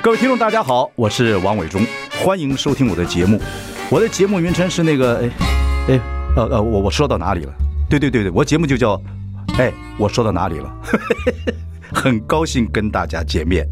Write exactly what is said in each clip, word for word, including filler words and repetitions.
各位听众大家好，我是王伟忠，欢迎收听我的节目。我的节目名称是那个哎哎呃呃我我说到哪里了？对对对对，我节目就叫哎我说到哪里了？很高兴跟大家见面。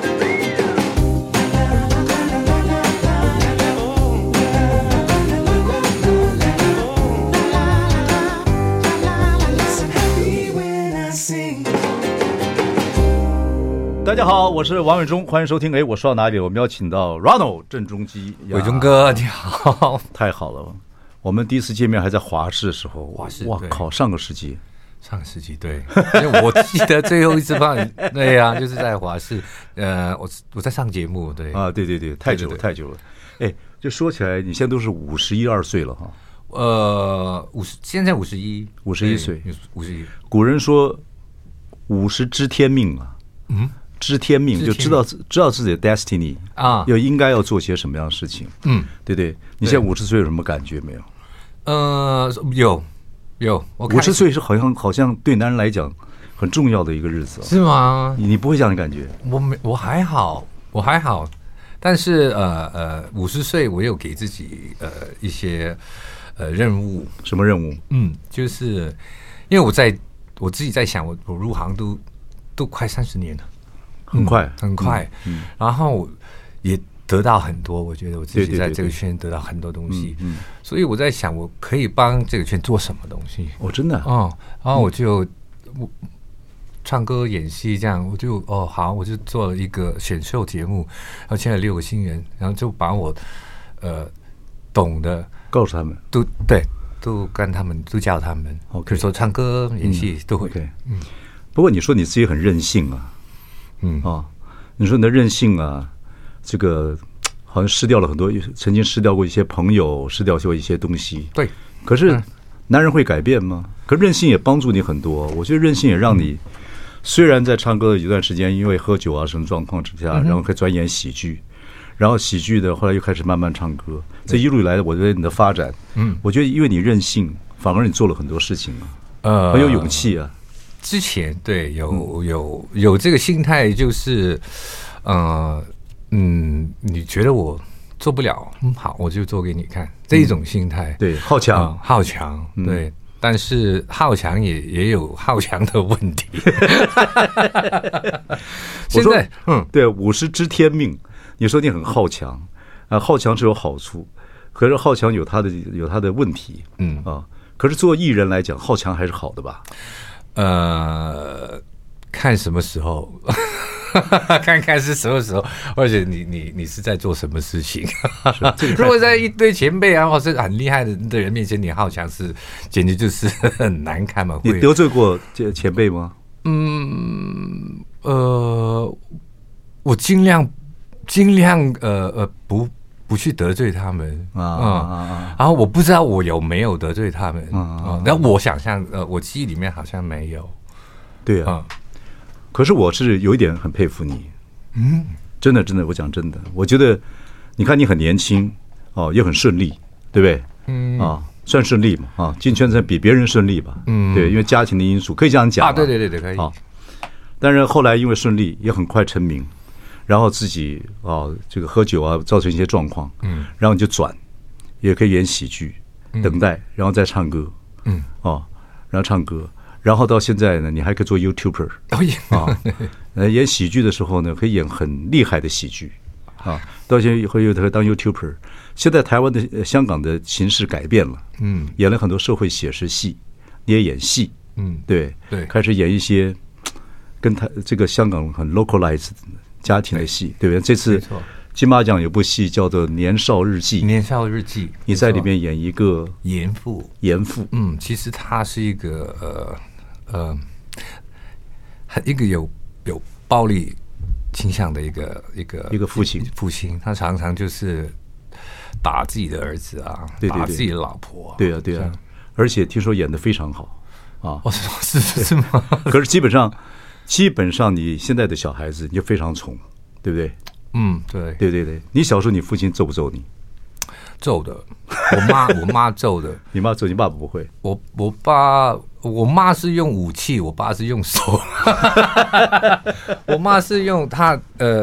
大家好，我是王伟忠，欢迎收听。哎，我说到哪里了？我们邀请到 Ronald 郑中基， 伟忠哥你好， 太好了！我们第一次见面还在华视的时候， 华视， 哇靠，上个世纪， 上个世纪对，因为我记得最后一次放，对呀、啊，就是在华视，呃，我我在上节目，对啊，对对对，太久了，太久了。哎，就说起来，你现在都是五十一二岁了哈， 呃，五十，现在五十一， 五十一岁， 五十一。 古人说五十知天命啊，嗯。知天命就知道知道自己的 destiny 啊，要应该要做些什么样的事情，嗯，对对。你现在五十岁有什么感觉没有？ 呃，有有。 五十岁是好像好像对男人来讲很重要的一个日子、哦， 是吗？ 你, 你不会这样的感觉？ 我没，我还好，我还好。但是呃呃，五十岁我有给自己呃一些呃任务。 什么任务？ 嗯，就是因为我在我自己在想，我我入行都都快三十年了。 很快、 嗯，很快，嗯嗯、然后也得到很多。我觉得我自己在这个圈得到很多东西，嗯嗯、所以我在想，我可以帮这个圈做什么东西？ 哦，真的、啊， 哦，然后我就、嗯、我唱歌、演戏这样，我就哦好，我就做了一个选秀节目，然后签了六个新人，然后就把我呃懂的告诉他们， 都对，都跟他们都教他们，比如说唱歌、演戏、嗯、都会。 Okay. 嗯，不过你说你自己很任性啊。嗯啊、哦，你说你的任性啊，这个好像失掉了很多，曾经失掉过一些朋友，失掉过一些东西。 对， 可是男人会改变吗？可任性也帮助你很多。我觉得任性也让你，嗯、虽然在唱歌的一段时间，因为喝酒啊什么状况之下，嗯、然后可以转演喜剧，然后喜剧的后来又开始慢慢唱歌。这一路以来，我觉得你的发展，嗯，我觉得因为你任性，反而你做了很多事情啊，呃，很有勇气啊。 之前对有有有这个心态，就是呃嗯，你觉得我做不了，嗯，好，我就做给你看，这一种心态， 嗯、对，好强， 呃、好强，嗯、对，但是好强也也有好强的问题。现在， 嗯，对，五十知天命，你说你很好强啊，好强是有好处，可是好强有他的有他的问题，嗯啊，可是做艺人来讲，好强还是好的吧？ 呃，看什么时候，看看是什么时候，而且你你你是在做什么事情？如果在一堆前辈啊，或是很厉害的的人面前，你好强是，简直就是很难看嘛。 你得罪过这前辈吗？ 嗯，呃，我尽量尽量呃呃不。不去得罪他们啊、嗯，然后我不知道我有没有得罪他们啊。然后我想象，呃，我记忆里面好像没有。 对啊，嗯、可是我是有一点很佩服你，嗯，真的真的，我讲真的，我觉得，你看你很年轻哦，也很顺利，对不对？嗯啊，算顺利嘛啊，进圈子比别人顺利吧，嗯，对，因为家庭的因素可以这样讲啊，对对对对，可以啊。 但是后来因为顺利，也很快成名。然后自己哦，这个喝酒啊，造成一些状况，嗯，然后你就转，也可以演喜剧，嗯、等待，然后再唱歌，嗯，哦，然后唱歌，然后到现在呢，你还可以做 YouTuber， 啊，呃，演喜剧的时候呢，可以演很厉害的喜剧，啊，到现在以后又可以当 YouTuber。现在台湾的、呃、香港的形势改变了，嗯，演了很多社会写实戏，你也演戏，嗯，对对，开始演一些跟台这个香港很 localized 的家庭的戏，对不对？这次金马奖有部戏叫做《年少日记》， 年少日记， 你在里面演一个严父， 严父， 嗯，其实他是一个呃呃，一个有有暴力倾向的一个一个一个父亲， 父亲，他常常就是打自己的儿子啊， 对对对， 打自己的老婆、啊， 对啊对啊，而且听说演得非常好啊， 哦是是是吗？ 可是基本上。基本上你现在的小孩子你就非常宠，对不对？ 嗯，对， 对对对。你小时候你父亲揍不揍你？ 揍的，我妈我妈揍的。 你妈揍，你爸爸不会？ 我我爸我妈是用武器，我爸是用手。我妈是用她呃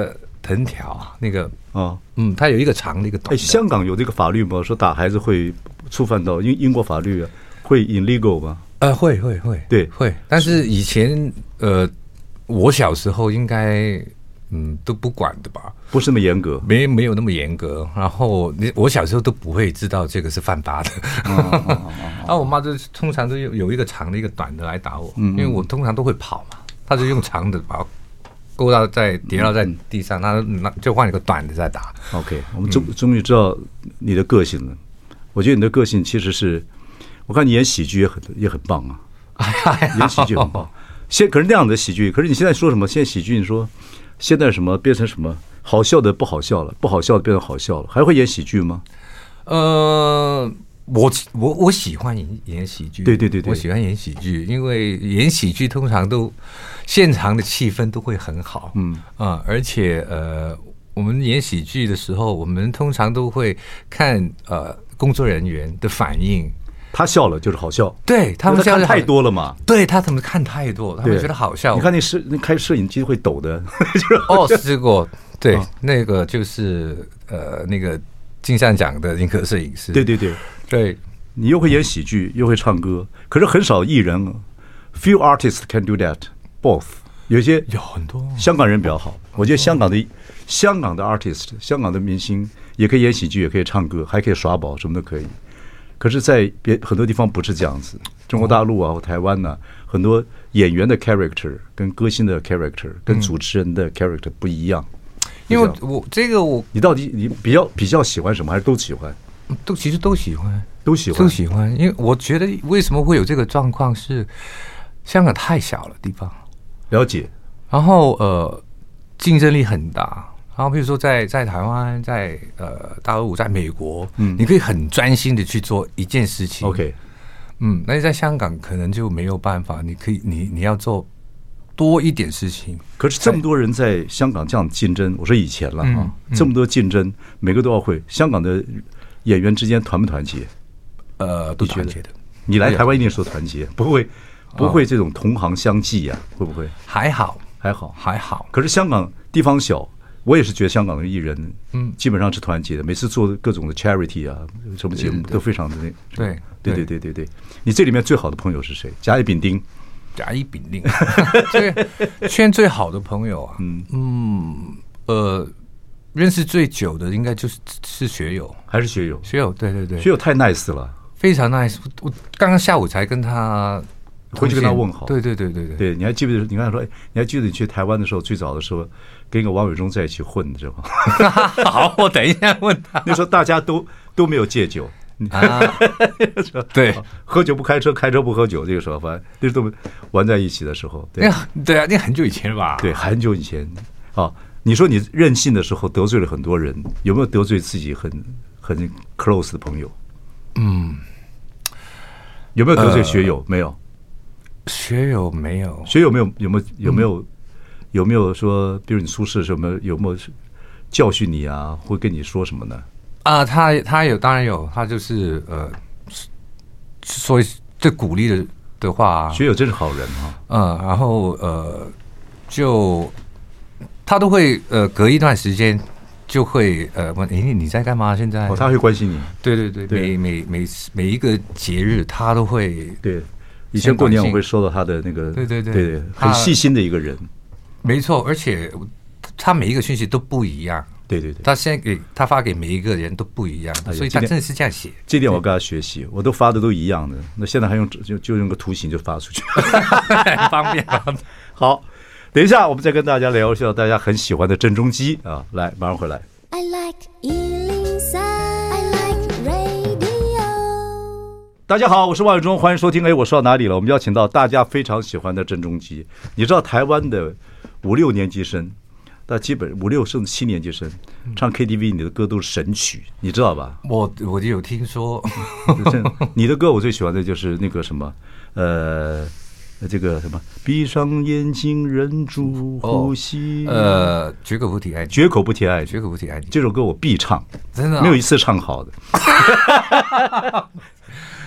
藤条啊，那个哦， 嗯，它有一个长的一个短的。 哎，香港有这个法律吗？说打孩子会触犯到英英国法律啊，会 illegal 吗？ 呃，会会会， 对会。但是以前呃，我小时候应该嗯都不管的吧？ 不是那么严格， 没没有那么严格。然后你我小时候都不会知道这个是犯法的。 哦哦哦哦然后我妈就通常都有有一个长的一个短的来打我， 嗯嗯因为我通常都会跑嘛，她就用长的把我勾到在跌到在地上，她那就换一个短的再打。 OK， 我们终终于知道你的个性了。我觉得你的个性其实是，我看你演喜剧也很也很棒啊，演喜剧很棒。现可是那样的喜剧，可是你现在说什么？现在喜剧你说现在什么变成什么？好笑的不好笑了，不好笑的变成好笑了，还会演喜剧吗？ 呃，我我我喜欢演演喜剧， 对对对对， 我喜欢演喜剧，因为演喜剧通常都现场的气氛都会很好，嗯啊、呃，而且呃，我们演喜剧的时候，我们通常都会看呃工作人员的反应。 他笑了就是好笑， 对他们看太多了嘛， 对他们看太多，他们觉得好笑。 你看那摄那开摄影机会抖的， 哦，试过，对，哦、那个就是呃那个金像奖的那个摄影师， 对对对对， 你又会演喜剧又会唱歌，可是很少艺人 ，few artists can do that both。有些有很多香港人比较好，我觉得香港的香港的 artist， 香港的明星也可以演喜剧，也可以唱歌，还可以耍宝，什么都可以。可是，在别很多地方不是这样子，中国大陆啊，或台湾呢、啊，很多演员的 character 跟歌星的 character 跟主持人的 character 不一样。 因为我这个我， 你到底你比较比较喜欢什么，还是都喜欢？ 都其实都喜欢， 都喜欢， 都喜欢。因为我觉得为什么会有这个状况是，香港太小了地方， 了解。 然后呃，竞争力很大。然后，比如说在在台湾，在呃大陆，在美国，嗯，你可以很专心的去做一件事情。 OK， 嗯，那你在香港可能就没有办法，你可以你你要做多一点事情。 可是这么多人在香港这样竞争，我说以前了哈、嗯嗯，这么多竞争，每个都要会。香港的演员之间团不团结？ 呃，都团结的。 你来台湾一定说团结，不会不会这种同行相忌呀、啊？会不会？ 还好， 还好， 还好。 可是香港地方小。我也是觉得香港的艺人，嗯，基本上是团结的。每次做各种的 charity 啊，什么节目都非常的那， 对， 对对对对对。你这里面最好的朋友是谁？甲乙丙丁， 甲乙丙丁，这个圈最好的朋友啊，嗯嗯呃，认识最久的应该就是是学友， 还是学友？ 学友，对对对， 学友太 nice 了， 非常 nice。我刚刚下午才跟他回去跟他问好， 对对对对对， 对，你还记不记得？你刚才说，你还记得你去台湾的时候，最早的时候。跟一个王伟忠在一起混的时候， 好，我等一下问他。 那时候大家都都没有戒酒啊，对， 喝酒不开车，开车不喝酒。这个时候，反正那时候玩在一起的时候， 对，对啊，那很久以前了吧？ 对，很久以前啊。你说你任性的时候得罪了很多人，有没有得罪自己很很 close 的朋友？ 嗯， 有没有得罪学友？呃、没有， 学友没有， 学友没有，有没有有没有？嗯有没有说，比如你出事的时候，有没有有没有教训你啊？会跟你说什么呢？ 啊，他他有，当然有，他就是呃，说最鼓励的的话。 学友真是好人啊。 嗯，然后呃，就他都会呃，隔一段时间就会呃问你你在干嘛？现在？ 哦，他会关心你。 对对对，每每每每一个节日，他都会。 对，以前过年我会收到他的那个， 对对对对，很细心的一个人。 没错，而且他每一个讯息都不一样。 对对对， 他现在给他发给每一个人都不一样，哎、所以他真的是这样写。 这点我跟他学习，我都发的都一样的。那现在还用就就用个图形就发出去， 很方便。 好，等一下我们再跟大家聊一下大家很喜欢的郑中基啊，来，马上回来。I like 一零三 I like radio。大家好，我是万永忠，欢迎收听。哎，我说到哪里了？我们邀请到大家非常喜欢的郑中基。你知道台湾的五六年级生，那基本五六甚至七年级生唱 K T V， 你的歌都是神曲，你知道吧？ 我我就有听说。 你的歌我最喜欢的就是那个什么，呃，这个什么，闭上眼睛忍住呼吸， 哦、呃，绝口不提爱你， 绝口不提爱你， 绝口不提爱你， 这首歌我必唱， 真的、哦、 没有一次唱好的。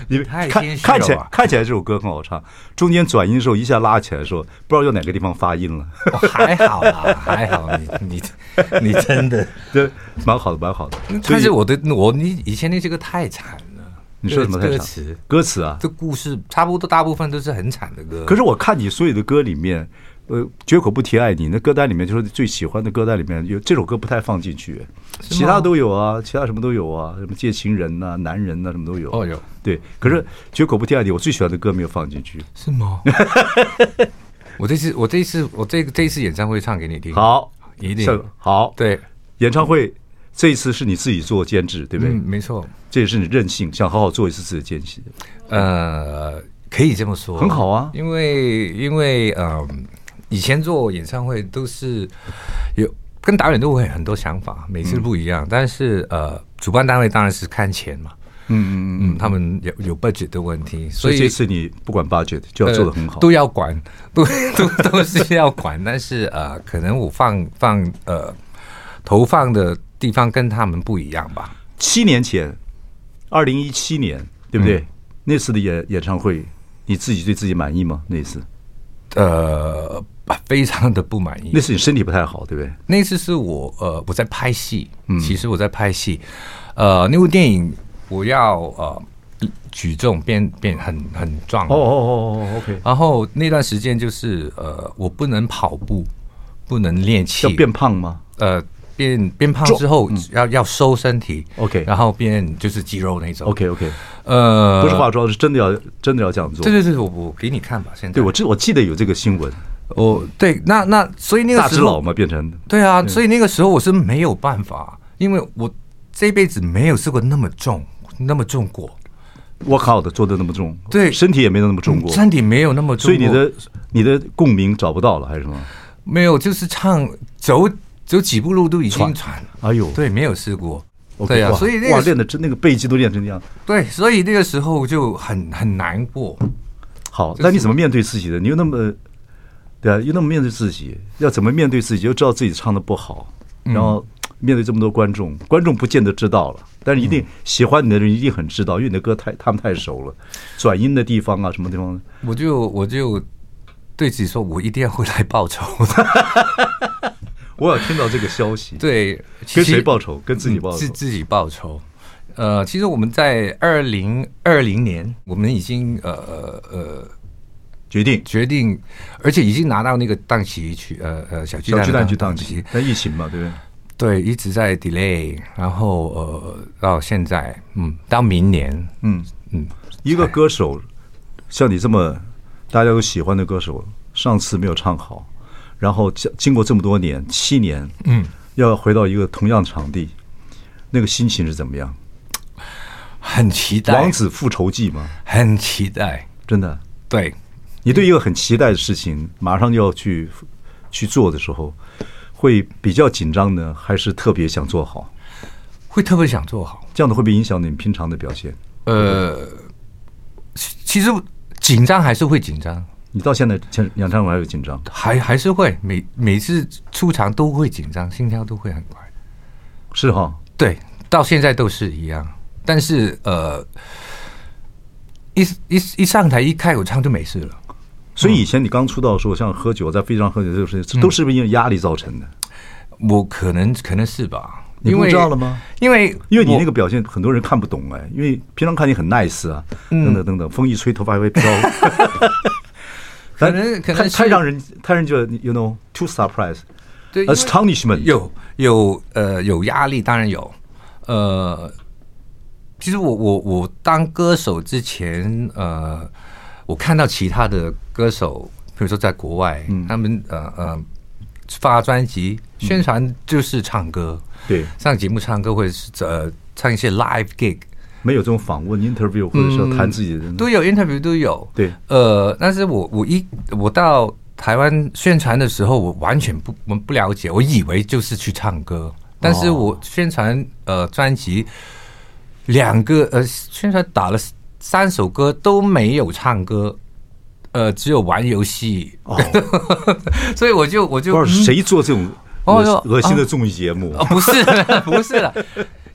你太看谦虚了看起来吧看起来这首歌很好唱，中间转音的时候一下拉起来的时候，不知道有哪个地方发音了。 哦还好啦，还好，你你你真的， 对，蛮好的，蛮好的。所以但是我的我你以前那些歌太惨了。 你说什么太惨？ 歌词歌词啊， 这故事差不多大部分都是很惨的歌。 可是我看你所有的歌里面，呃，绝口不提爱你，那歌单里面就是最喜欢的歌单里面有这首歌不太放进去，其他都有啊，其他什么都有啊，什么借情人呐、啊、男人呐、啊，什么都有。 哦，有对，可是绝口不提爱你，我最喜欢的歌没有放进去。 是吗？我这次我这一次我这这一次演唱会唱给你听。 好， 一定好。 对， 演唱会这一次是你自己做监制，对不对？ 嗯，没错。 这也是你任性，想好好做一次自己的监制。 呃，可以这么说， 很好啊。 因为因为呃，以前做演唱会都是有跟导演都会很多想法，每次不一样。嗯、但是呃，主办单位当然是看钱嘛。嗯嗯嗯，他们有有 budget 的问题， 所以这次你不管 budget 就要做得很好， 呃、都要管，都都都是要管。但是呃，可能我放放呃投放的地方跟他们不一样吧。 七年前，二零一七年，对不对？嗯、那次的演演唱会，你自己对自己满意吗？那次， 呃，非常的不满意。 那次你身体不太好，对不对？ 那次是我呃我在拍戏，嗯，其实我在拍戏，呃，那部电影。我要呃举重变变很很壮哦哦哦哦 OK， 然后那段时间就是呃我不能跑步，不能练气， 要变胖吗？ 呃变变胖之后、嗯、要要收身体 OK， 然后变就是肌肉那种 OK OK， 呃不是化妆，是真的要真的要这样做。 对对对，我我给你看吧，现在对我记我记得有这个新闻。 哦对，那那所以那个时候大只佬嘛变成对啊，所以那个时候我是没有办法，因为我这辈子没有试过那么重。那么重过， 我靠的做的那么重， 对， 身体也没有那么重过， 身体没有那么重过， 所以你的你的共鸣找不到了还是什么？ 没有，就是唱走走几步路都已经喘， 哎呦， 对，没有试过， okay, 对啊，所以那个哇练的真那个背肌都练成这样， 对，所以那个时候就很很难过。 好，那你怎么面对自己的？你又那么对啊，又那么面对自己，要怎么面对自己？又知道自己唱的不好，然后。面对这么多观众，观众不见得知道了，但是一定喜欢你的人一定很知道，因为你的歌太他们太熟了，转音的地方啊，什么地方， 我就我就对自己说，我一定要回来报仇的。 我有听到这个消息， 对， 跟谁报仇？跟自己报仇， 自自己报仇。呃，其实我们在二零二零年，我们已经呃呃决定决定，而且已经拿到那个档期去，呃呃小巨蛋小巨蛋去档期，但疫情嘛，对不对？ 对，一直在 delay， 然后呃，到现在，嗯，到明年，嗯嗯， 一个歌手像你这么大家都喜欢的歌手，上次没有唱好，然后经过这么多年，七年，嗯，要回到一个同样场地，那个心情是怎么样？ 很期待， 王子复仇记吗？ 很期待， 真的。 对， 你对一个很期待的事情，马上就要去去做的时候。会比较紧张呢，还是特别想做好？ 会特别想做好， 这样的会不会影响你平常的表现？ 呃，其实紧张还是会紧张。 你到现在演唱会还有紧张？ 还还是会，每每次出场都会紧张，心跳都会很快。 是哈？ 对，到现在都是一样。但是呃，一一一上台一开口唱就没事了。 所以以前你刚出道的时候，像喝酒，在飞机上喝酒，就是都是因为压力造成的。 我可能可能是吧， 你不知道了吗？ 因为因为你那个表现，很多人看不懂哎。因为平常看你很 nice 啊，等等等等，风一吹，头发还会飘。 可能可能太让人太让人觉得 you know too surprise， 对 astonishment， 有有呃有压力，当然有。呃，其实我我我当歌手之前，呃。我看到其他的歌手，比如说在国外，嗯、他们呃呃发专辑宣传就是唱歌， 对， 上节目唱歌或者是呃唱一些 live gig， 没有这种访问 interview 或者是要谈自己的、嗯， 都有 interview 都有， 对， 呃，但是我我一我到台湾宣传的时候，我完全不我不了解，我以为就是去唱歌，但是我宣传呃专辑两个呃宣传打了。三首歌都没有唱歌，呃，只有玩游戏，哦、所以我就我就不知道谁做这种恶恶心的综艺节目？ 哦，不是不是了，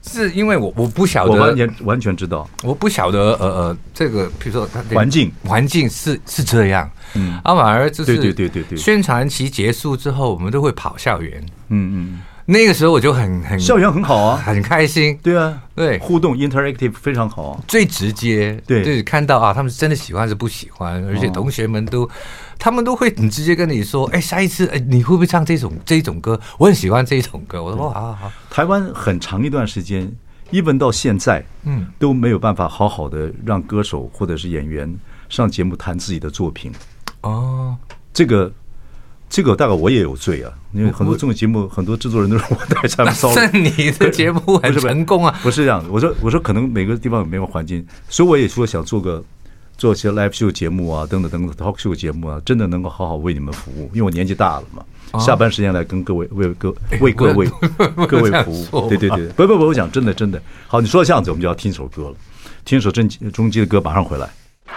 是因为我我不晓得， 我完全完全知道， 我不晓得呃呃，这个比如说它环境环境是是这样，嗯，啊，反而就是对对对对对， 宣传期结束之后，我们都会跑校园， 嗯嗯， 那个时候我就很很校园很好啊， 很开心， 对啊， 对， 互动 interactive 非常好啊， 最直接， 对， 对，看到啊，他们是真的喜欢还是不喜欢，而且同学们都。哦他们都会很直接跟你说：“哎，下一次，哎，你会不会唱这种这种歌？我很喜欢这种歌。”我说：“哦，好好好。” 台湾很长一段时间，even到现在，嗯，都没有办法好好的让歌手或者是演员上节目谈自己的作品。 哦， 这个这个大概我也有罪啊，因为很多综艺节目，很多制作人都说我太参骚了。 但是你的节目很成功啊？ 不是这样，我说我说可能每个地方有每个环境，所以我也说想做个。做一些 live show 节目啊，等等等等 talk show 节目啊，真的能够好好为你们服务，因为我年纪大了嘛，哦、下班时间来跟各位为各为各位各位服务。对对对，不不不，我讲真的真的好，你说这样子，我们就要听首歌了，听首郑中基的歌，马上回来。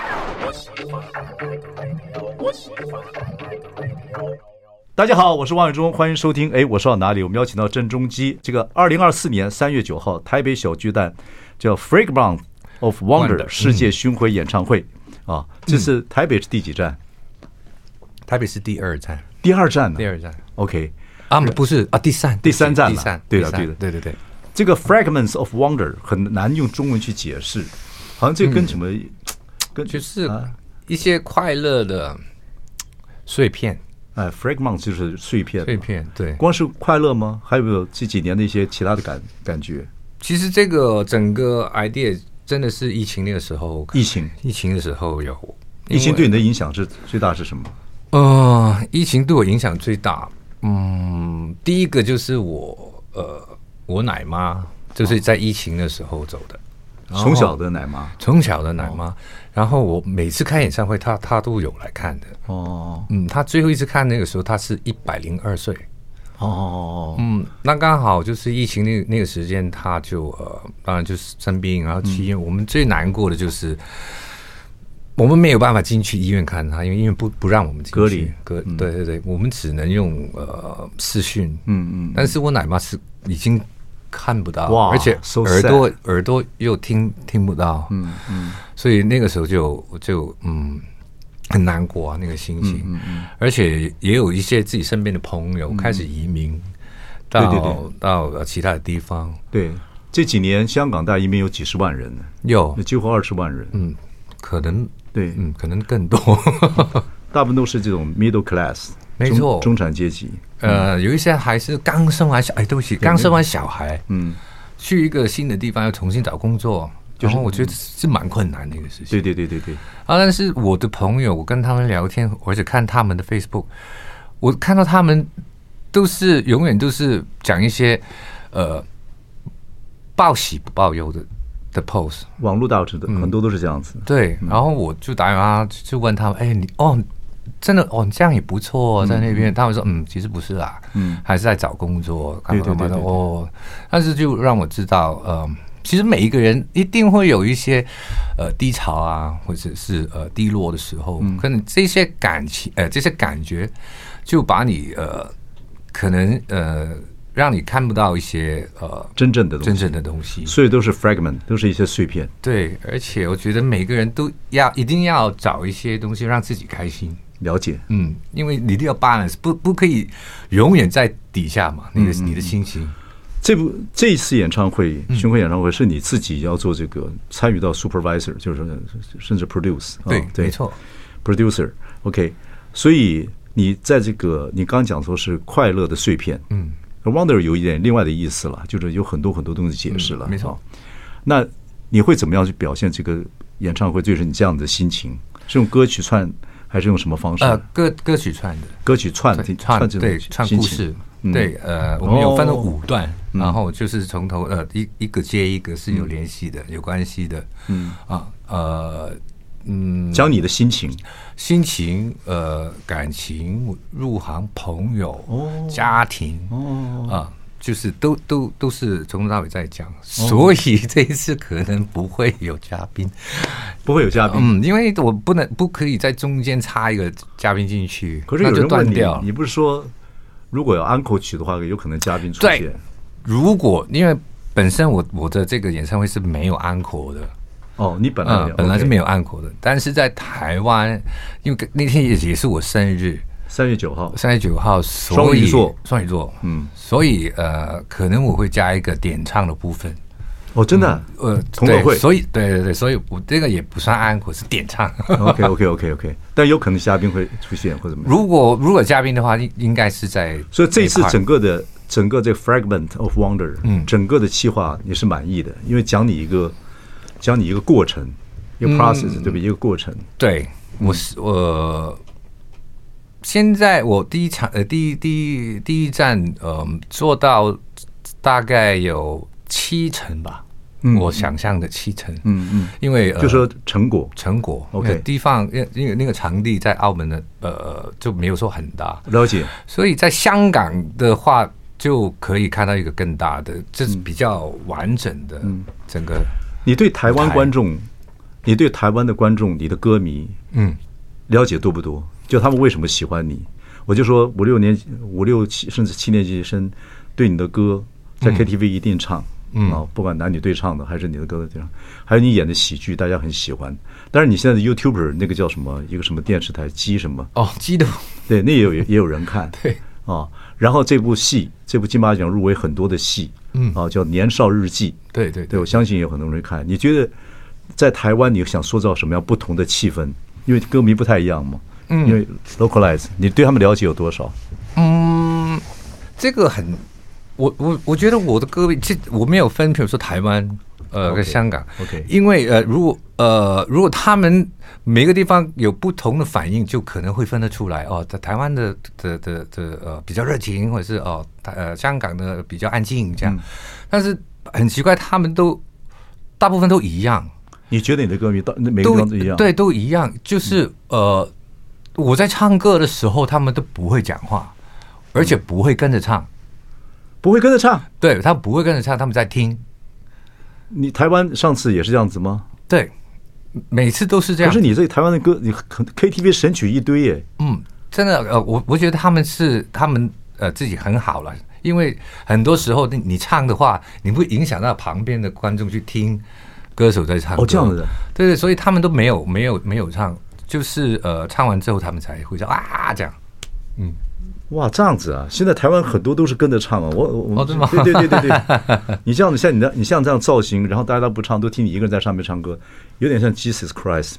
大家好，我是王伟忠，欢迎收听。哎，我说到哪里？我们邀请到郑中基，这个二零二四年三月九号台北小巨蛋叫 Fragment。Of Wonder 世界巡回演唱会、嗯、啊，这是台北是第几站？ 台北是第二站， 第二站呢？ 第二站 ，OK 啊，不是啊，第三， 第三站， 第三， 对的，对的， 对对对。 这个 Fragments of Wonder 很难用中文去解释，好像这跟什么？嗯、跟就是一些快乐的碎片。 哎 ，Fragment 就是碎片， 碎片，对。 光是快乐吗？还有没有这几年的一些其他的感感觉？ 其实这个整个 idea。真的是疫情那个时候， 疫情疫情的时候有， 疫情对你的影响是最大是什么？ 呃，疫情对我影响最大，嗯，第一个就是我呃，我奶妈就是在疫情的时候走的， 从小的奶妈， 从小的奶妈，哦、然后我每次开演唱会，她她都有来看的， 哦， 嗯，她最后一次看那个时候，她是一百零二岁。 哦， 嗯，那刚好就是疫情那那个时间，他就呃，当然就是生病，然后去医院。嗯、我们最难过的就是我们没有办法进去医院看他，因为医院不不让我们进去隔离， 隔、嗯、对对对，我们只能用呃视讯， 嗯嗯。 但是我奶妈是已经看不到， 哇， 而且耳朵、so、耳朵又听听不到， 嗯嗯， 所以那个时候就就嗯。很难过啊，那个心情，嗯嗯嗯、而且也有一些自己身边的朋友开始移民到、嗯、对对对到其他的地方。 对，这几年香港大移民有几十万人呢， 有几乎二十万人， 嗯，可能对， 嗯，可能更多， 大部分都是这种 middle class， 没错， 中产阶级。 呃，有一些还是刚生完小，哎，对不起，刚生完小孩， 嗯， 去一个新的地方要重新找工作。然后我觉得是蛮困难的一个事情。 对对对对对。 啊，但是我的朋友，我跟他们聊天，或者看他们的 Facebook， 我看到他们都是永远都是讲一些呃报喜不报忧的的 post。 网络导致的、嗯、很多都是这样子。 对，然后我就打电话就问他们，哎，你哦，真的哦，这样也不错，在那边。嗯、他们说，嗯，其实不是啦，嗯，还是在找工作，干嘛干嘛的哦。但是就让我知道，呃。其实每一个人一定会有一些呃低潮啊，或者是呃低落的时候，嗯、可能这些感情呃这些感觉就把你呃可能呃让你看不到一些呃真正的东西真正的东西， 所以都是 fragment， 都是一些碎片。 对，而且我觉得每个人都要一定要找一些东西让自己开心。 了解， 嗯，因为你一定要 balance， 不不可以永远在底下嘛，你的嗯嗯你的心情。 这部这一次演唱会巡回演唱会是你自己要做这个参与到 supervisor， 就是甚至 produce， 对， 哦、对没错 ，producer OK， 所以你在这个你刚刚讲说是快乐的碎片， 嗯 ，Wonder 有一点另外的意思了，就是有很多很多东西解释了， 嗯、没错。 那你会怎么样去表现这个演唱会？就是你这样的心情，是用歌曲串还是用什么方式？ 呃，歌歌曲串的， 歌曲串串对串故事。对，呃，我们有分了五段，哦、然后就是从头呃一一个接一个是有联系的、嗯、有关系的， 嗯啊呃嗯， 讲你的心情、 心情呃感情、入行、朋友、哦、家庭哦啊，就是都都都是从头到尾在讲，所以这一次可能不会有嘉宾， 不会有嘉宾， 嗯，因为我不能不可以在中间插一个嘉宾进去， 可是有人问你， 你不是说？如果有 uncle 曲的话，有可能嘉宾出现。 如果因为本身我我的这个演唱会是没有安可的。 哦，你本来、 嗯、本来是没有安可的，但是在台湾，因为那天也也是我生日， 三月九号， 三月九号，所以双鱼座， 双鱼座， 嗯， 所以呃，可能我会加一个点唱的部分。 哦，真的、啊嗯，呃， 同乐会， 所以对对对，所以我这个也不算安可，是点唱。 OK OK OK OK， 但有可能嘉宾会出现或者怎么样？ 如果如果嘉宾的话，应应该是在， 所以这一次整个的整个这个 Fragment of Wonder， 嗯，整个的企划你是满意的，因为讲你一个讲你一个过程，一个 process，、嗯、对不对？一个过程。 对，我是我。现在我第一场呃第一第一第一站呃做到大概有七成吧，嗯、我想象的七成，嗯嗯，因为、呃、 就说成果成果 ，OK， 地方因为那个场地在澳门的呃就没有说很大， 了解， 所以在香港的话就可以看到一个更大的，这是比较完整的整个。 你对台湾观众，你对台湾的观众，你的歌迷，嗯，了解多不多？就他们为什么喜欢你？我就说五六年、五六七甚至七年级生对你的歌在 K T V 一定唱，嗯啊，不管男女对唱的还是你的歌的对唱，还有你演的喜剧，大家很喜欢。但是你现在的 YouTuber 那个叫什么？一个什么电视台鸡什么？ 哦，鸡的， 对，那也有也有人看， 对啊。然后这部戏，这部金马奖入围很多的戏，嗯啊，叫《年少日记》， 对对对，我相信有很多人看。你觉得在台湾你想塑造什么样不同的气氛？因为歌迷不太一样嘛。嗯，因为 localize， 你对他们了解有多少？ 嗯，这个很，我我我觉得我的歌迷，其实我没有分，比如说台湾，呃，跟香港 ，OK， 因为呃，如果呃，如果他们每个地方有不同的反应，就可能会分得出来哦。在台湾的的的的呃比较热情，或者是哦呃香港的比较安静这样，嗯、但是很奇怪，他们都大部分都一样。 你觉得你的歌迷到每个地方都一样？ 对，都一样，就是、嗯、呃。我在唱歌的时候，他们都不会讲话，而且不会跟着唱， 不会跟着唱。 对，他们不会跟着唱，他们在听。 你台湾上次也是这样子吗？ 对，每次都是这样。 可是你这台湾的歌，你 K T V 神曲一堆耶。 嗯，真的，呃，我我觉得他们是他们呃自己很好了，因为很多时候你你唱的话，你会影响到旁边的观众去听歌手在唱歌。 哦，这样子。 对对，所以他们都没有没有没有唱。就是呃，唱完之后他们才会叫啊这样，嗯， 哇，这样子啊！现在台湾很多都是跟着唱啊，我我、 哦、对吗？ 对对对对对，你这样子像你的你像这样造型，然后大家都不唱，都听你一个人在上面唱歌，有点像 Jesus Christ。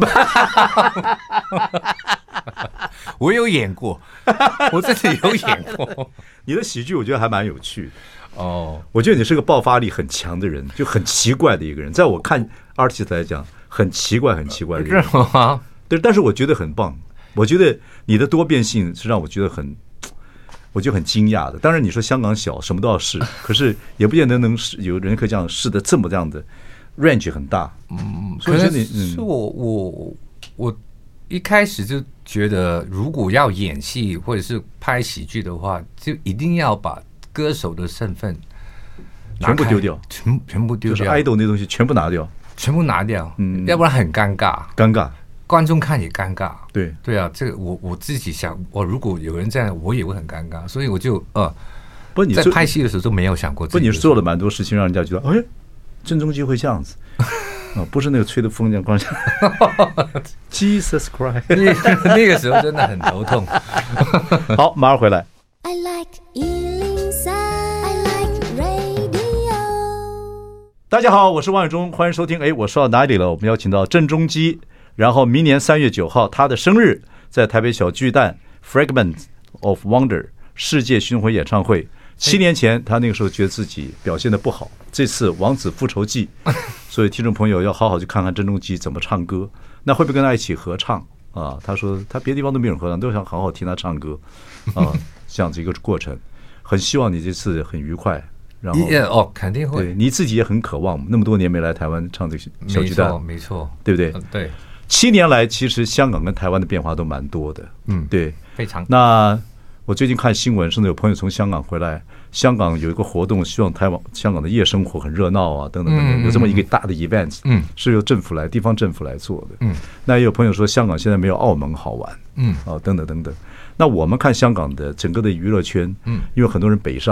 我有演过，我真的有演过。 你的喜剧我觉得还蛮有趣的哦， 我觉得你是个爆发力很强的人，就很奇怪的一个人，在我看 artist 来讲，很奇怪很奇怪的一个人。 是吗？ 对，但是我觉得很棒。我觉得你的多变性是让我觉得很，我觉得很惊讶的。当然，你说香港小，什么都要试，可是也不见得能试。有人可以这样试的这么这样的 range 很大。 嗯， 所以你是我我我一开始就觉得，如果要演戏或者是拍喜剧的话，就一定要把歌手的身份全部丢掉， 全全部丢掉， 就是 idol 那东西全部拿掉， 全部拿掉，嗯，要不然很尴尬， 尴尬。 观众看也尴尬， 对对啊，这个我我自己想，我如果有人这样，我也会很尴尬，所以我就呃， 不，你在拍戏的时候都没有想过这个。 不，你是做了蛮多事情，让人家觉得，哎，郑中基会这样子啊，不是那个吹的风这样光。Jesus Christ， 那那个时候真的很头痛。 好，马上回来。 I like 一零三 I like radio。 大家好，我是王伟忠，欢迎收听。哎，我说到哪里了？我们邀请到郑中基，然后明年三月九号他的生日，在台北小巨蛋 Fragment of Wonder 世界巡回演唱会。七年前他那个时候觉得自己表现得不好，这次《王子复仇记》，所以听众朋友要好好去看看郑中基怎么唱歌。那会不会跟他一起合唱啊？他说他别的地方都没有人合唱，都想好好听他唱歌啊，这样子一个过程。很希望你这次很愉快。然后哦，肯定会。 对，你自己也很渴望，那么多年没来台湾唱这个小巨蛋， 没错， 对不对？ 对。 七年来，其实香港跟台湾的变化都蛮多的，嗯，对， 非常。 那我最近看新闻，甚至有朋友从香港回来，香港有一个活动，希望台湾香港的夜生活很热闹啊，等等等等，有这么一个大的 event， 嗯，是由政府来、地方政府来做的，嗯。那也有朋友说，香港现在没有澳门好玩，嗯，啊，等等等等。那我们看香港的整个的娱乐圈，嗯，因为很多人北上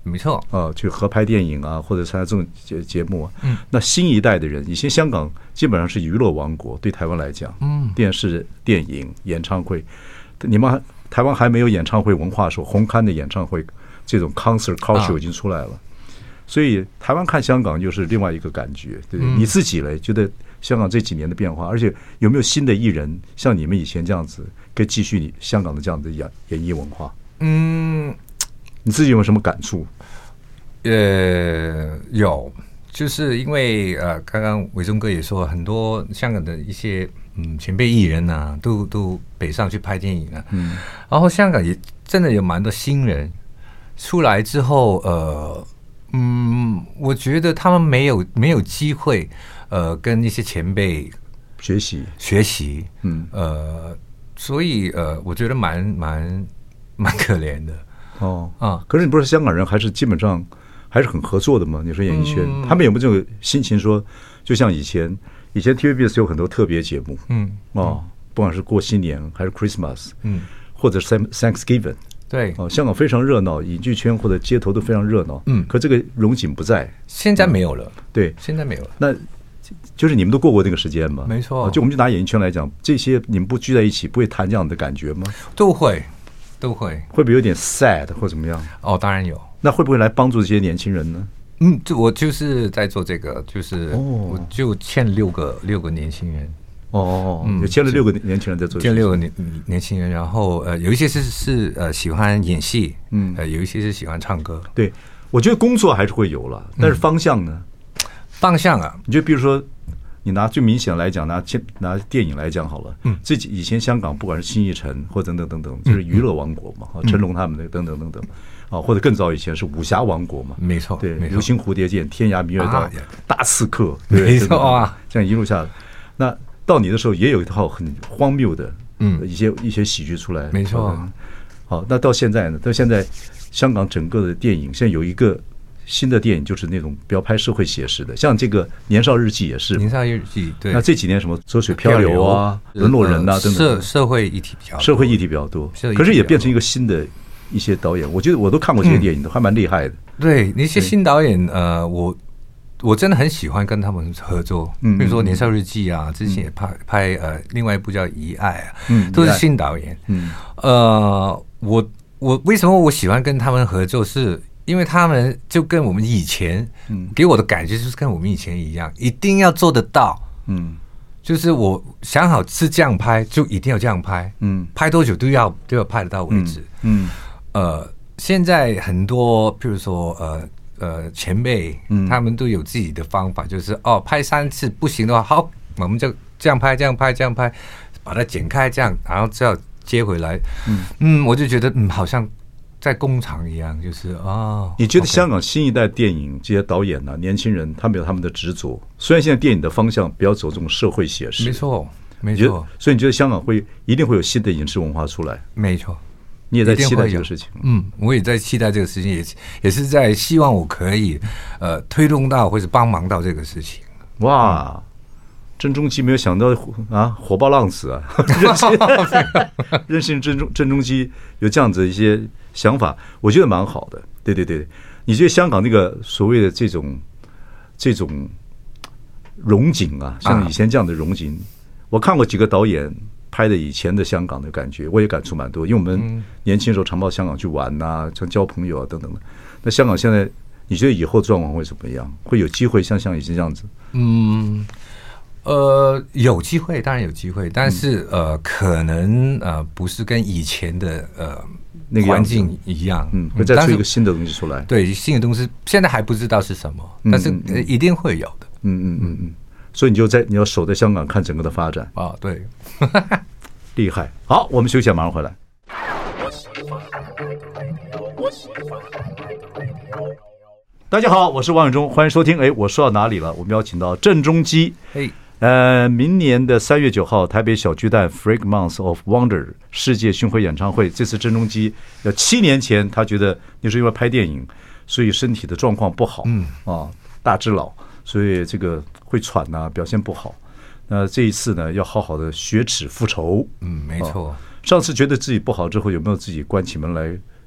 没错啊，去合拍电影啊，或者参加这种节节目啊。 嗯， 那新一代的人，以前香港基本上是娱乐王国，对台湾来讲， 嗯， 电视、电影、演唱会，你们还台湾还没有演唱会文化的时候，红磡的演唱会这种 concert culture 已经出来了。啊，所以台湾看香港又是另外一个感觉，对不对？嗯，你自己嘞，觉得香港这几年的变化，而且有没有新的艺人像你们以前这样子，可以继续你香港的这样的演演艺文化？ 嗯， 你自己有没有什么感触？ 呃，有，就是因为呃，刚刚伟忠哥也说，很多香港的一些嗯前辈艺人啊，都都北上去拍电影啊，嗯，然后香港也真的有蛮多新人出来之后，呃。嗯，我觉得他们没有没有机会，呃，跟一些前辈学习学习， 嗯， 呃，所以呃，我觉得蛮蛮蛮可怜的哦啊。 可是你不是香港人，还是基本上还是很合作的吗？你说演艺圈，嗯，他们有没有这个心情说，就像以前，以前 T V B S 有很多特别节目， 嗯， 哦，不管是过新年还是 Christmas， 嗯， 或者 Thanksgiving。 对， 哦，香港非常热闹，影剧圈或者街头都非常热闹。嗯，可这个荣景不在， 现在没有了。 嗯，对， 现在没有了。 那就是你们都过过那个时间嘛？ 没错。 就我们就拿演艺圈来讲，这些你们不聚在一起，不会谈这样的感觉吗？ 都会，都会。 会不会有点 sad 或怎么样？ 哦，当然有。 那会不会来帮助这些年轻人呢？ 嗯，就我就是在做这个，就是我就欠六个六个年轻人。 哦，嗯，有签了六个年轻人在做， 签六个年年轻人，然后呃，有一些是是呃喜欢演戏， 嗯， 呃，有一些是喜欢唱歌。 对，我觉得工作还是会有了，但是方向呢？ 嗯，方向啊， 你就比如说，你拿最明显来讲，拿拿电影来讲好了， 嗯， 这以前香港不管是新艺城或等等等等，就是娱乐王国嘛，嗯，成龙他们的等等等等。啊，或者更早以前是武侠王国嘛， 没错， 对， 没错， 流星蝴蝶剑、天涯明月刀、 啊、 大刺客， 没错啊， 这样一路下来，那到你的时候也有一套很荒谬的， 嗯， 一些一些喜剧出来， 没错。 好，那到现在呢？到现在，香港整个的电影现在有一个新的电影，就是那种不要拍社会写实的，像这个《年少日记》也是，《 年少日记》对。 那这几年什么《走水漂流》啊，《沦落人》啊等等， 社社会议题比较多， 社会议题比较多，可是也变成一个新的。一些导演，我觉得我都看过这些电影的，嗯，还蛮厉害的。 对，那些新导演，呃，我我真的很喜欢跟他们合作。嗯，比如说《年少日记》啊，之前也拍拍呃另外一部叫《遗爱》啊，嗯，都是新导演。 嗯， 呃，我我为什么我喜欢跟他们合作？是因为他们就跟我们以前，嗯，给我的感觉就是跟我们以前一样，一定要做得到。 嗯。 就是我想好是这样拍，就一定要这样拍， 嗯， 拍多久都要都要拍得到为止， 嗯， 嗯呃，现在很多，譬如说，呃呃，前辈，嗯，他们都有自己的方法，就是哦，拍三次不行的话，好，我们就这样拍，这样拍，这样拍，把它剪开，这样，然后这样接回来，嗯嗯，我就觉得，嗯，好像在工厂一样，就是啊。哦， 你觉得香港新一代电影这些导演呢，啊，年轻人他们有他们的执着。虽然现在电影的方向不要走这种社会写实， 没错，没错。 所以你觉得香港会一定会有新的影视文化出来？ 没错， 你也在期待这个事情。 嗯，我也在期待这个事情，也也是在希望我可以呃推动到或者帮忙到这个事情。 哇！嗯，郑中基没有想到啊，火爆浪子啊，任性任性郑中郑中基有这样子一些想法，我觉得蛮好的。对对对，你觉得香港那个所谓的这种这种荣景啊，像以前这样的荣景，啊，我看过几个导演拍的以前的香港的感觉，我也感触蛮多。因为我们年轻时候常到香港去玩呐，啊，像交朋友啊等等的。那香港现在，你觉得以后状况会怎么样？会有机会像像以前这样子？ 嗯。呃，有机会，当然有机会，但是，嗯，呃，可能呃，不是跟以前的呃那个环境一样， 嗯，会再出一个新的东西出来。 对，新的东西现在还不知道是什么，但是呃一定会有的。 嗯嗯嗯嗯，所以你就在你要守在香港看整个的发展啊，对， 厉害。好，我们休息一下，马上回来。大家好，我是王永忠，欢迎收听。哎，我说到哪里了？我们邀请到郑中基。 嘿。 呃，明年的三月九号，台北小巨蛋 Freak Month of Wonder 世界巡回演唱会。这次郑中基要七年前，他觉得那时候因为拍电影，所以身体的状况不好，嗯啊，大只佬，所以这个会喘呐、啊，表现不好。那这一次呢，要好好的雪耻复仇。 嗯，没错。 啊，上次觉得自己不好之后，有没有自己关起门来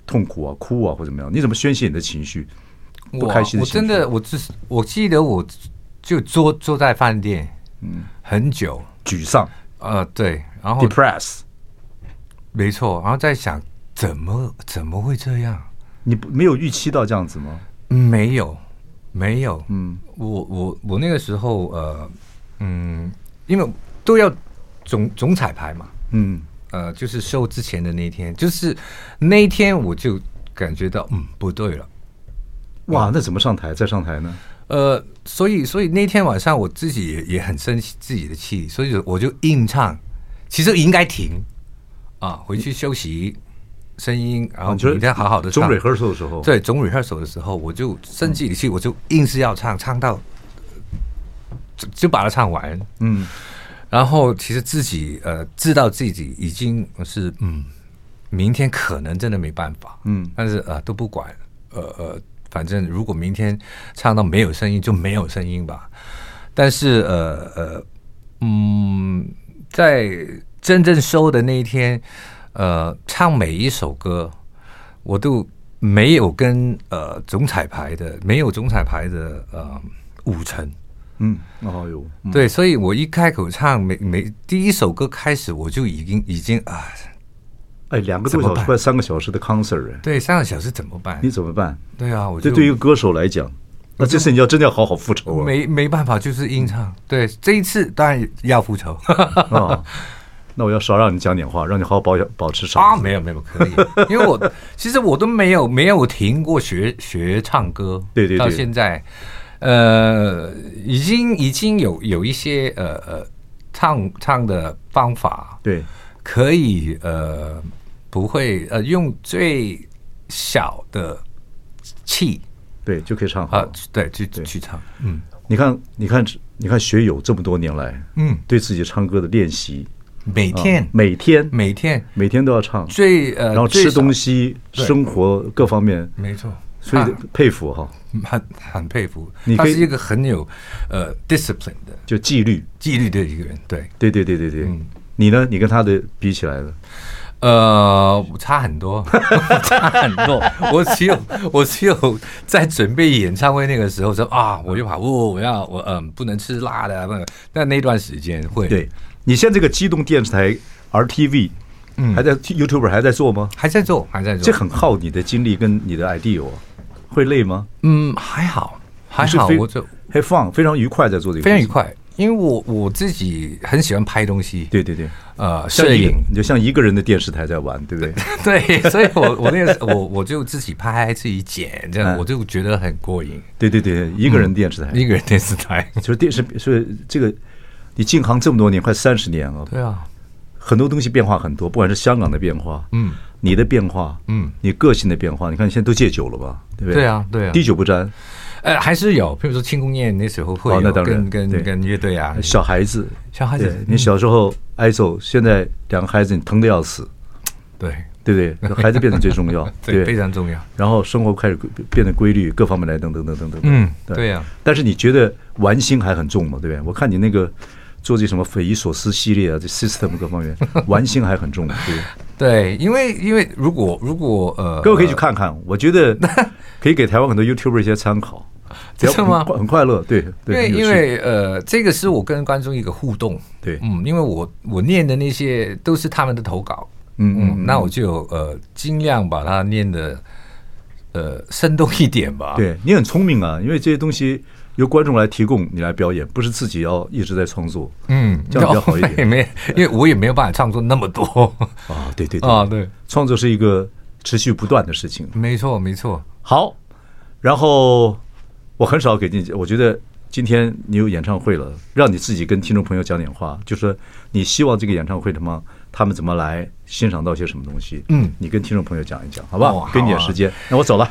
痛苦啊、哭啊或怎么样？你怎么宣泄你的情绪？不我开心的情绪？ 我真的，我只是我记得我就坐坐在饭店，嗯，很久， 沮丧， 呃，对，然后 depress， 没错，然后在想怎么怎么会这样？ 你不没有预期到这样子吗？ 没有，没有， 嗯， 我我我那个时候呃，嗯，因为都要总总彩排嘛， 嗯， 呃，就是秀之前的那一天，就是那一天我就感觉到嗯不对了。 哇，那怎么上台？再上台呢？ 呃，所以所以那天晚上我自己也也很生气自己的气，所以我就硬唱，其实应该停啊，回去休息声音，然后明天好好的唱。 总 rehearsal 的时候， 对，总 rehearsal 的时候，我就生自己的气，我就硬是要唱，唱到就就把它唱完。 嗯， 然后其实自己呃知道自己已经是嗯，明天可能真的没办法， 嗯， 但是呃都不管，呃呃。反正如果明天唱到没有声音就没有声音吧，但是呃呃嗯，在真正收的那一天，呃，唱每一首歌我都没有跟呃总彩排的没有总彩排的呃五成， 嗯，哦哟，嗯、 对，所以我一开口唱每每第一首歌开始我就已经已经啊。 哎，两个多小时快三个小时的 concert， 对，三个小时怎么办？ 你怎么办？ 对啊，我就这对于一个歌手来讲，那这次你要真的要好好复仇啊！ 没没办法，就是硬唱。对，这一次当然要复仇。 哦，那我要少让你讲点话，让你好好保保持嗓啊，没有没有可以，因为我其实我都没有没有停过学学唱歌， 对对对， 到现在，呃，已经已经有有一些呃呃唱唱的方法， 对， 可以呃。不会呃，用最小的气， 对，就可以唱好啊，对，去去唱。嗯， 你看，你看，你看，学友这么多年来，嗯，对自己唱歌的练习， 每天、 啊、每天每天每天都要唱， 最呃， 然后吃东西、生活各方面， 没错， 所以佩服哈， 很很佩服。 你他是一个很有呃 discipline 的， 就纪律纪律的一个人。对， 对对对对对。嗯，你呢？你跟他的比起来了？ 呃，差很多，差很多。我只有我只有在准备演唱会那个时候说啊，我就跑步，我要我嗯不能吃辣的，不能。但那段时间会。 对，你现在这个机动电视台 R T V， 嗯，还在 YouTube 还在做吗？ 还在做，还在做。 这很耗你的精力跟你的 idea， 会累吗？ 嗯，还好，还好，我就 have fun， 非常愉快在做这个， 非常愉快。因为我我自己很喜欢拍东西， 对对对， 呃，摄影， 你就像一个人的电视台在玩，对不对？ 对，所以我我那个我我就自己拍自己剪，这样、嗯、我就觉得很过瘾。 对对对，一个人电视台， 嗯、一个人电视台， 就是电视，所以这个你进行这么多年，快三十年了， 对啊， 很多东西变化很多，不管是香港的变化，嗯，你的变化，嗯，你个性的变化，你看你现在都戒酒了吧，对不对？ 对啊，对啊， 滴酒不沾。 呃，还是有，比如说庆功宴那时候会有， 哦、那当然跟跟跟乐队啊， 小孩子， 小孩子， 你小时候挨揍，现在两个孩子你疼得要死， 对对不对？孩子变得最重要， 对，非常重要。 然后生活开始变得规律，各方面来等等等等等等。 嗯，对呀、啊。 但是你觉得玩心还很重嘛？对不对？我看你那个做这什么匪夷所思系列啊，这 system 各方面玩心还很重，对。 对，因为因为如果如果呃， 各位可以去看看，我觉得可以给台湾很多 YouTuber 一些参考。 真的吗？ 很快乐，对，对， 因为因为呃，这个是我跟观众一个互动， 对， 嗯，因为我我念的那些都是他们的投稿，嗯嗯，嗯那我就呃尽量把它念的呃生动一点吧。 对，你很聪明啊，因为这些东西由观众来提供，你来表演，不是自己要一直在创作，嗯，这样比较好一点。 没，因为我也没有办法创作那么多啊，对对对啊，对， 创作是一个持续不断的事情， 没错没错。 好，然后。我很少给你，我觉得今天你有演唱会了，让你自己跟听众朋友讲点话，就说你希望这个演唱会什么，他们怎么来欣赏到些什么东西，嗯，你跟听众朋友讲一讲，好不好？给你点时间，那我走了。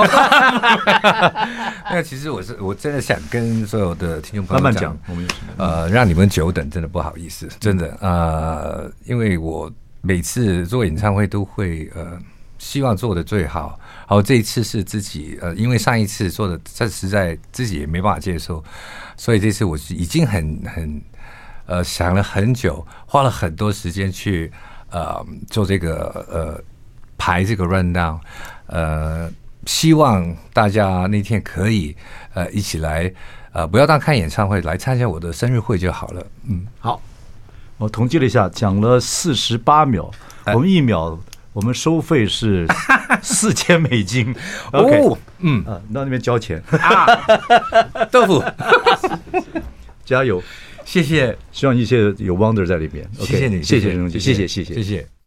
那其实我是我真的想跟所有的听众朋友慢慢讲，我们呃让你们久等，真的不好意思，真的呃，因为我每次做演唱会都会呃。希望做的最好，然后这一次是自己呃，因为上一次做的这实在自己也没办法接受，所以这次我是已经很很呃想了很久，花了很多时间去呃做这个呃排这个 rundown， 呃，希望大家那天可以呃一起来，呃，不要当看演唱会，来参加我的生日会就好了。嗯， 好，我统计了一下，讲了四十八秒，我们一秒。我们收费是四千美金。OK， 哦，嗯， 啊，到那边交钱啊，豆腐， 加油， 谢谢， 希望一切有 Wonder 在里面。OK， 谢谢你， 谢谢陈荣基，谢谢，谢谢， 谢谢。